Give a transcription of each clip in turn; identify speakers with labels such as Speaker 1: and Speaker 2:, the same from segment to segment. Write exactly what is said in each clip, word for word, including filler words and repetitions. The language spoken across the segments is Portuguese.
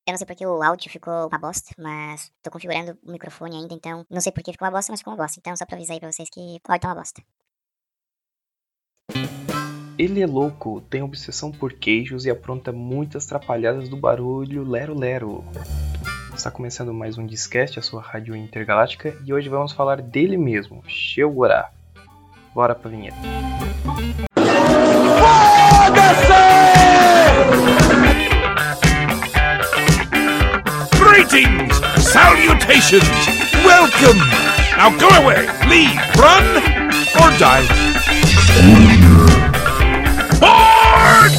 Speaker 1: Eu não sei porque o áudio ficou uma bosta, mas tô configurando o microfone ainda, então não sei porque ficou uma bosta, mas ficou uma bosta. Então só pra avisar aí pra vocês que o áudio tá uma bosta.
Speaker 2: Ele é louco, tem obsessão por queijos e apronta muitas trapalhadas do barulho lero lero. Está começando mais um Discast, a sua rádio intergaláctica, e hoje vamos falar dele mesmo, Sheogorath. Bora pra vinheta.
Speaker 3: Greetings! Salutations! Welcome! Now go away! Leave! Run! Or die! Board!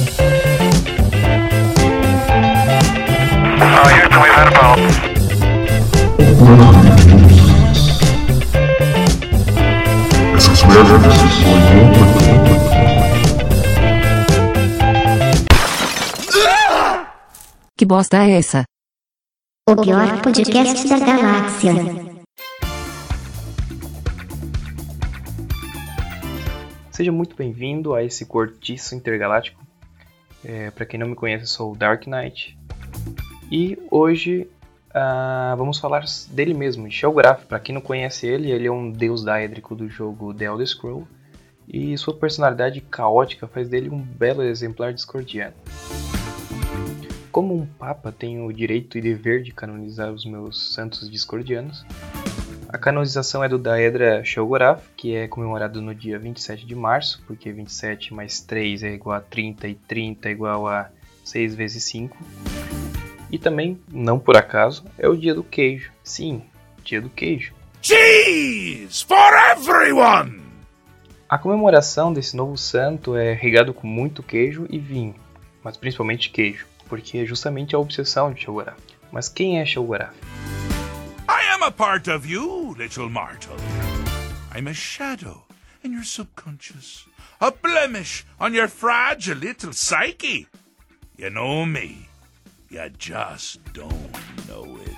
Speaker 4: Oh, Houston, we've had a problem.
Speaker 5: Essas merdas foi
Speaker 6: Que bosta é essa?
Speaker 1: O pior podcast da galáxia.
Speaker 2: Seja muito bem-vindo a esse cortiço intergaláctico. É, para quem não me conhece, eu sou o Dark Knight. E hoje uh, vamos falar dele mesmo, Sheogorath. Para quem não conhece ele, ele é um deus daédrico do jogo The Elder Scrolls. E sua personalidade caótica faz dele um belo exemplar discordiano. Como um papa, tenho o direito e dever de canonizar os meus santos discordianos. A canonização é do Daedra Sheogorath, que é comemorado no dia vinte e sete de março, porque vinte e sete mais três é igual a trinta e trinta é igual a seis vezes cinco. E também, não por acaso, é o dia do queijo. Sim, dia do queijo.
Speaker 3: Cheese for everyone!
Speaker 2: A comemoração desse novo santo é regado com muito queijo e vinho, mas principalmente queijo, porque é justamente a obsessão de Sheogorath. Mas quem é Sheogorath?
Speaker 3: I am a part of you, little mortal. I'm a shadow in your subconscious, a blemish on your fragile little psyche. You know me, you just don't know it.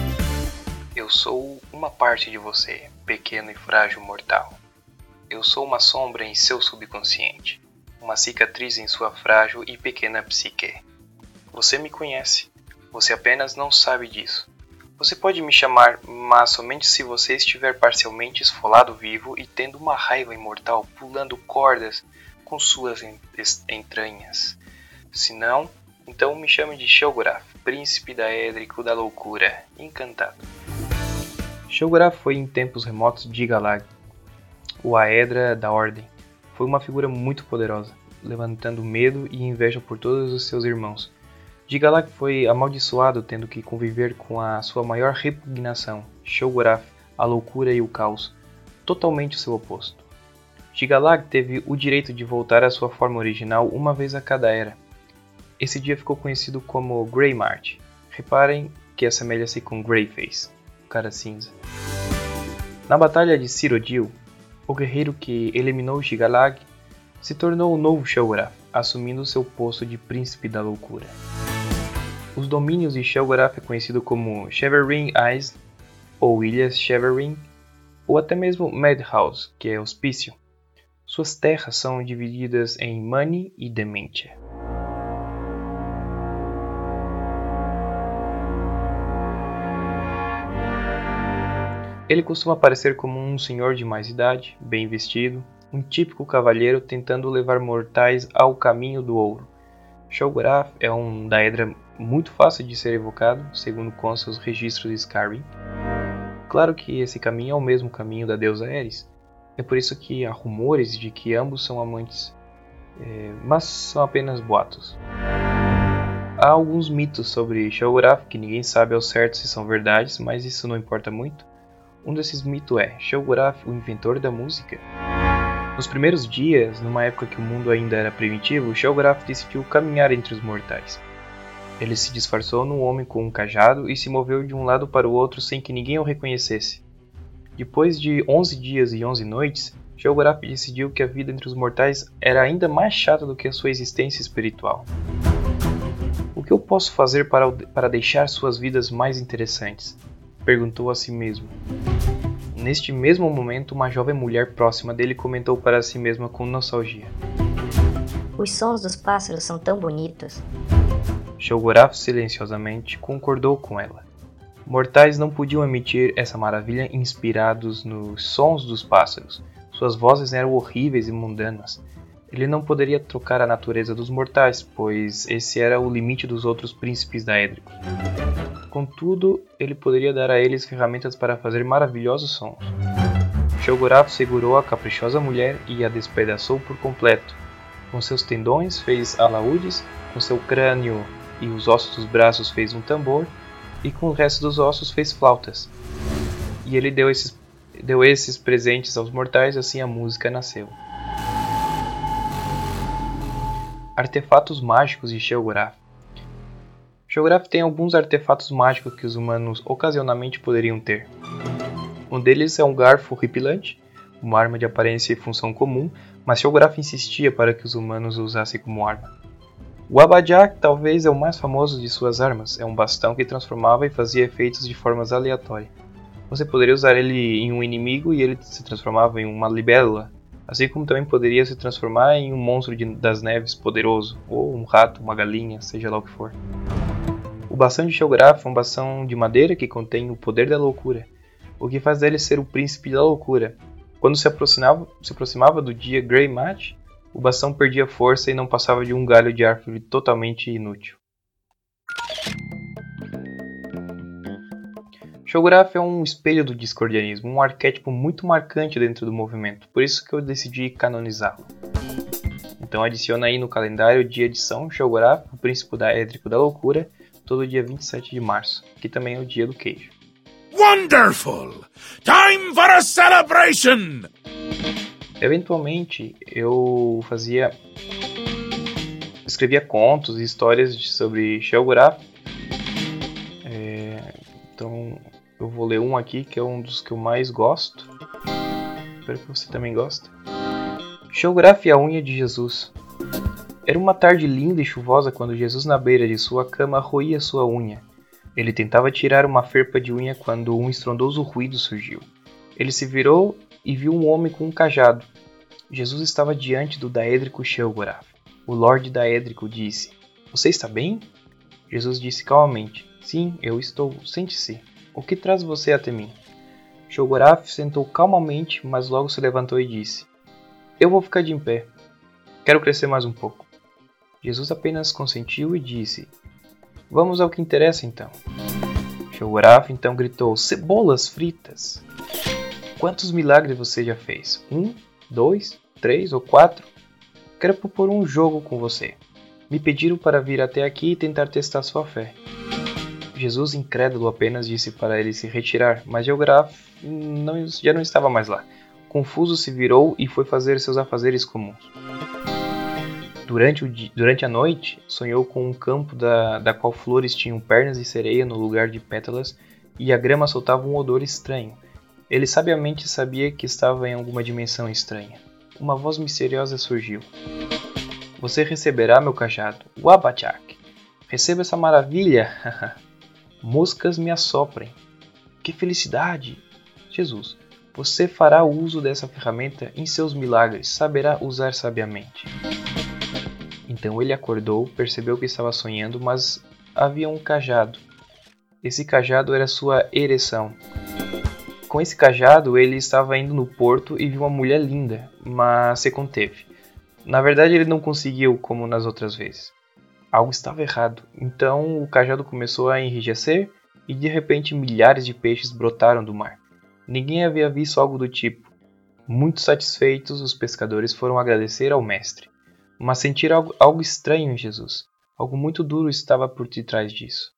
Speaker 2: Eu sou uma parte de você, pequeno e frágil mortal. Eu sou uma sombra em seu subconsciente, uma cicatriz em sua frágil e pequena psique. Você me conhece, você apenas não sabe disso. Você pode me chamar, mas somente se você estiver parcialmente esfolado vivo e tendo uma raiva imortal pulando cordas com suas entranhas. Se não, então me chame de Sheogorath, príncipe daédrico da loucura, encantado. Sheogorath foi em tempos remotos de Galag, o Aedra da Ordem. Foi uma figura muito poderosa, levantando medo e inveja por todos os seus irmãos. Digalag foi amaldiçoado tendo que conviver com a sua maior repugnação, Sheogorath, a loucura e o caos, totalmente o seu oposto. Digalag teve o direito de voltar à sua forma original uma vez a cada era. Esse dia ficou conhecido como Grey March. Reparem que assemelha-se com Greyface, o cara cinza. Na batalha de Cyrodiil, o guerreiro que eliminou Digalag se tornou o novo Sheogorath, assumindo seu posto de príncipe da loucura. Os domínios de Sheogorath é conhecido como Shevering Isles, ou Ilhas Shevering, ou até mesmo Madhouse, que é hospício. Suas terras são divididas em Mani e Dementia. Ele costuma aparecer como um senhor de mais idade, bem vestido, um típico cavalheiro tentando levar mortais ao caminho do ouro. Sheogorath é um Daedra muito fácil de ser evocado, segundo consta os registros de Skyrim. Claro que esse caminho é o mesmo caminho da deusa Ares, é por isso que há rumores de que ambos são amantes, é, mas são apenas boatos. Há alguns mitos sobre Sheogorath que ninguém sabe ao certo se são verdades, mas isso não importa muito. Um desses mitos é Sheogorath, o inventor da música. Nos primeiros dias, numa época que o mundo ainda era primitivo, Sheogorath decidiu caminhar entre os mortais. Ele se disfarçou num homem com um cajado e se moveu de um lado para o outro sem que ninguém o reconhecesse. Depois de onze dias e onze noites, Sheogorath decidiu que a vida entre os mortais era ainda mais chata do que a sua existência espiritual. O que eu posso fazer para, para deixar suas vidas mais interessantes? Perguntou a si mesmo. Neste mesmo momento, uma jovem mulher próxima dele comentou para si mesma com nostalgia.
Speaker 1: Os sons dos pássaros são tão bonitos.
Speaker 2: Shoggorath silenciosamente concordou com ela. Mortais não podiam emitir essa maravilha inspirados nos sons dos pássaros. Suas vozes eram horríveis e mundanas. Ele não poderia trocar a natureza dos mortais, pois esse era o limite dos outros príncipes da Édrico. Contudo, ele poderia dar a eles ferramentas para fazer maravilhosos sons. Shoggorath segurou a caprichosa mulher e a despedaçou por completo. Com seus tendões fez alaúdes, com seu crânio e os ossos dos braços fez um tambor, e com o resto dos ossos fez flautas. E ele deu esses, deu esses presentes aos mortais, assim a música nasceu. Artefatos mágicos de Shoggorath. Shoggorath tem alguns artefatos mágicos que os humanos ocasionalmente poderiam ter. Um deles é um garfo horripilante, uma arma de aparência e função comum, mas Shoggorath insistia para que os humanos o usassem como arma. O Abajak talvez é o mais famoso de suas armas, é um bastão que transformava e fazia efeitos de formas aleatórias. Você poderia usar ele em um inimigo e ele se transformava em uma libélula, assim como também poderia se transformar em um monstro de, das neves poderoso, ou um rato, uma galinha, seja lá o que for. O bastão de Shoggorath é um bastão de madeira que contém o poder da loucura, o que faz dele ser o príncipe da loucura. Quando se aproximava, se aproximava do dia Grey Match, o bastão perdia força e não passava de um galho de árvore totalmente inútil. Shoggorath é um espelho do discordianismo, um arquétipo muito marcante dentro do movimento, por isso que eu decidi canonizá-lo. Então adiciona aí no calendário o dia de São Shoggorath, o príncipe da Édrico da loucura, todo dia vinte e sete de março, que também é o dia do queijo.
Speaker 3: Wonderful! Time for a celebration!
Speaker 2: Eventualmente, eu fazia... escrevia contos e histórias sobre Shoggorath. É... Então, eu vou ler um aqui, que é um dos que eu mais gosto. Espero que você também goste. Shoggorath e a unha de Jesus. Era uma tarde linda e chuvosa quando Jesus, na beira de sua cama, roía sua unha. Ele tentava tirar uma ferpa de unha quando um estrondoso ruído surgiu. Ele se virou e viu um homem com um cajado. Jesus estava diante do Daédrico Shoggorath. O Lorde Daédrico disse: "Você está bem?" Jesus disse calmamente: "Sim, eu estou. Sente-se. O que traz você até mim?" Shoggorath sentou calmamente, mas logo se levantou e disse: "Eu vou ficar de em pé. Quero crescer mais um pouco." Jesus apenas consentiu e disse: "Vamos ao que interessa então." Shoggorath então gritou: "Cebolas fritas! Quantos milagres você já fez? Um, dois, três ou quatro? Quero propor um jogo com você. Me pediram para vir até aqui e tentar testar sua fé." Jesus, incrédulo, apenas disse para ele se retirar, mas Shoggorath não, já não estava mais lá. Confuso, se virou e foi fazer seus afazeres comuns. Durante, o dia, durante a noite, sonhou com um campo da, da qual flores tinham pernas de sereia no lugar de pétalas e a grama soltava um odor estranho. Ele sabiamente sabia que estava em alguma dimensão estranha. Uma voz misteriosa surgiu. "Você receberá meu cajado, o Abajak. Receba essa maravilha! Moscas me assoprem. Que felicidade! Jesus, você fará uso dessa ferramenta em seus milagres, saberá usar sabiamente." Então ele acordou, percebeu que estava sonhando, mas havia um cajado. Esse cajado era sua ereção. Com esse cajado ele estava indo no porto e viu uma mulher linda, mas se conteve. Na verdade ele não conseguiu como nas outras vezes. Algo estava errado, então o cajado começou a enrijecer e de repente milhares de peixes brotaram do mar. Ninguém havia visto algo do tipo. Muito satisfeitos, os pescadores foram agradecer ao mestre. Mas sentiram algo, algo estranho em Jesus. Algo muito duro estava por detrás disso.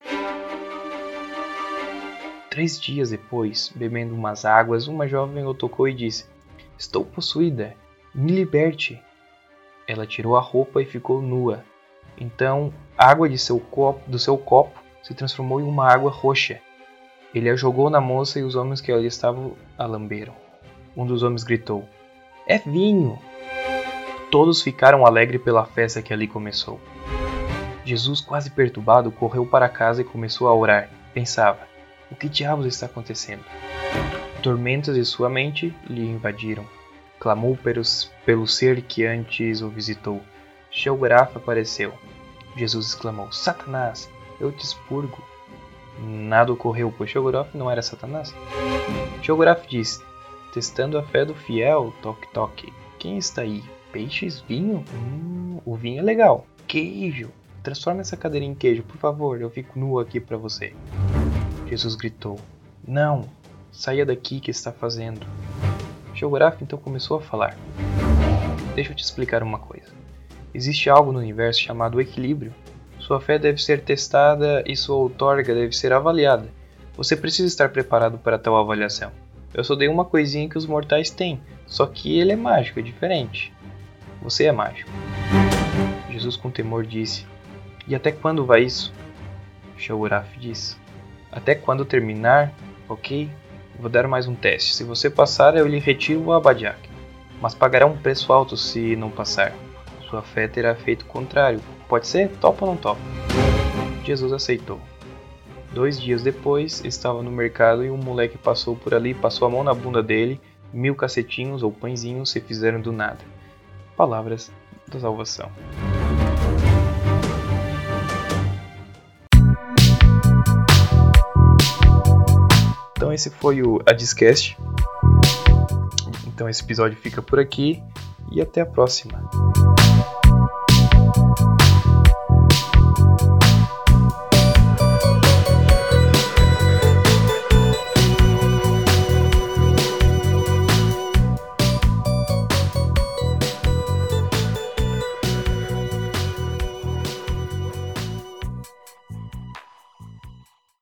Speaker 2: Três dias depois, bebendo umas águas, uma jovem o tocou e disse: "Estou possuída, me liberte." Ela tirou a roupa e ficou nua. Então, a água de seu copo, do seu copo se transformou em uma água roxa. Ele a jogou na moça e os homens que ali estavam a lamberam. Um dos homens gritou: "É vinho!" Todos ficaram alegres pela festa que ali começou. Jesus, quase perturbado, correu para casa e começou a orar. Pensava: o que diabos está acontecendo? Tormentos de sua mente lhe invadiram. Clamou pelos, pelo ser que antes o visitou. Shoggorath apareceu. Jesus exclamou. Satanás, eu te expurgo. Nada ocorreu, pois Shoggoth não era Satanás. Shoggoth disse, testando a fé do fiel, toque toque. Quem está aí? Peixes? Vinho? Hum, o vinho é legal. Queijo. Transforma essa cadeira em queijo, por favor. Eu fico nu aqui para você. Jesus gritou. Não. Saia daqui, que está fazendo? Shoggoth então começou a falar. Deixa eu te explicar uma coisa. Existe algo no universo chamado equilíbrio. Sua fé deve ser testada e sua outorga deve ser avaliada. Você precisa estar preparado para tal avaliação. Eu só dei uma coisinha que os mortais têm, só que ele é mágico, é diferente. Você é mágico. Jesus com temor disse, e até quando vai isso? Shoggoth disse, até quando terminar, ok? Vou dar mais um teste. Se você passar, eu lhe retiro o Abadiak. Mas pagará um preço alto se não passar. Sua fé terá feito o contrário. Pode ser? Topa ou não topa? Jesus aceitou. Dois dias depois, estava no mercado e um moleque passou por ali, passou a mão na bunda dele, mil cacetinhos ou pãezinhos se fizeram do nada. Palavras da salvação. Então esse foi o Adiscast. Então esse episódio fica por aqui e até a próxima.